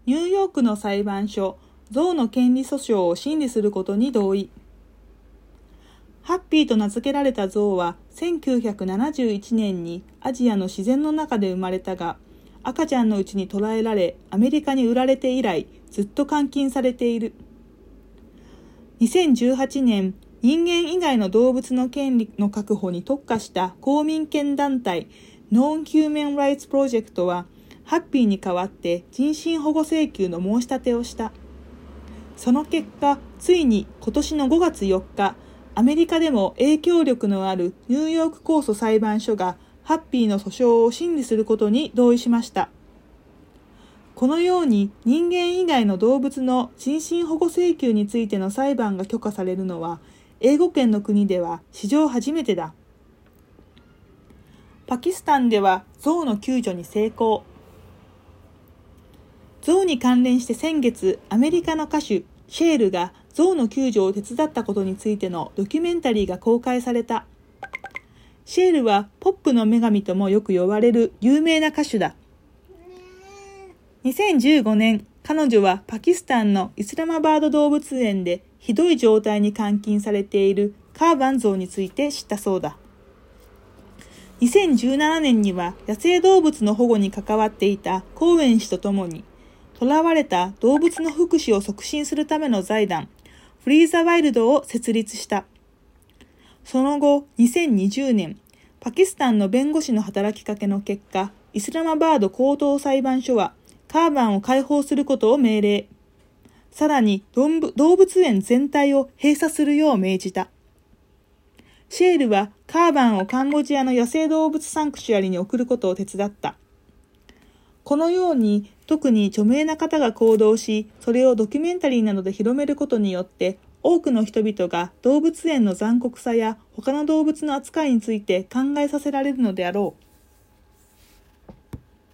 ニューヨークの裁判所、ゾウの権利訴訟を審理することに同意。ハッピーと名付けられたゾウは1971年にアジアの自然の中で生まれたが、赤ちゃんのうちに捕らえられ、アメリカに売られて以来、ずっと監禁されている。2018年、人間以外の動物の権利の確保に特化した公民権団体、ノン・ヒューマン・ライツ・プロジェクトは、ハッピーに代わって人身保護請求の申し立てをした。その結果、ついに今年の5月4日、アメリカでも影響力のあるニューヨーク控訴裁判所がハッピーの訴訟を審理することに同意しました。このように人間以外の動物の人身保護請求についての裁判が許可されるのは、英語圏の国では史上初めてだ。パキスタンではゾウの救助に成功。ゾウに関連して先月、アメリカの歌手、シェールがゾウの救助を手伝ったことについてのドキュメンタリーが公開された。シェールはポップの女神ともよく呼ばれる有名な歌手だ。2015年、彼女はパキスタンのイスラマバード動物園でひどい状態に監禁されているカーバンゾウについて知ったそうだ。2017年には野生動物の保護に関わっていたコーエン氏と共に、囚われた動物の福祉を促進するための財団、フリーザワイルドを設立した。その後、2020年、パキスタンの弁護士の働きかけの結果、イスラマバード高等裁判所はカーバンを解放することを命令。さらに動物園全体を閉鎖するよう命じた。シェールはカーバンをカンボジアの野生動物サンクチュアリに送ることを手伝った。このように特に著名な方が行動し、それをドキュメンタリーなどで広めることによって、多くの人々が動物園の残酷さや他の動物の扱いについて考えさせられるのであろう。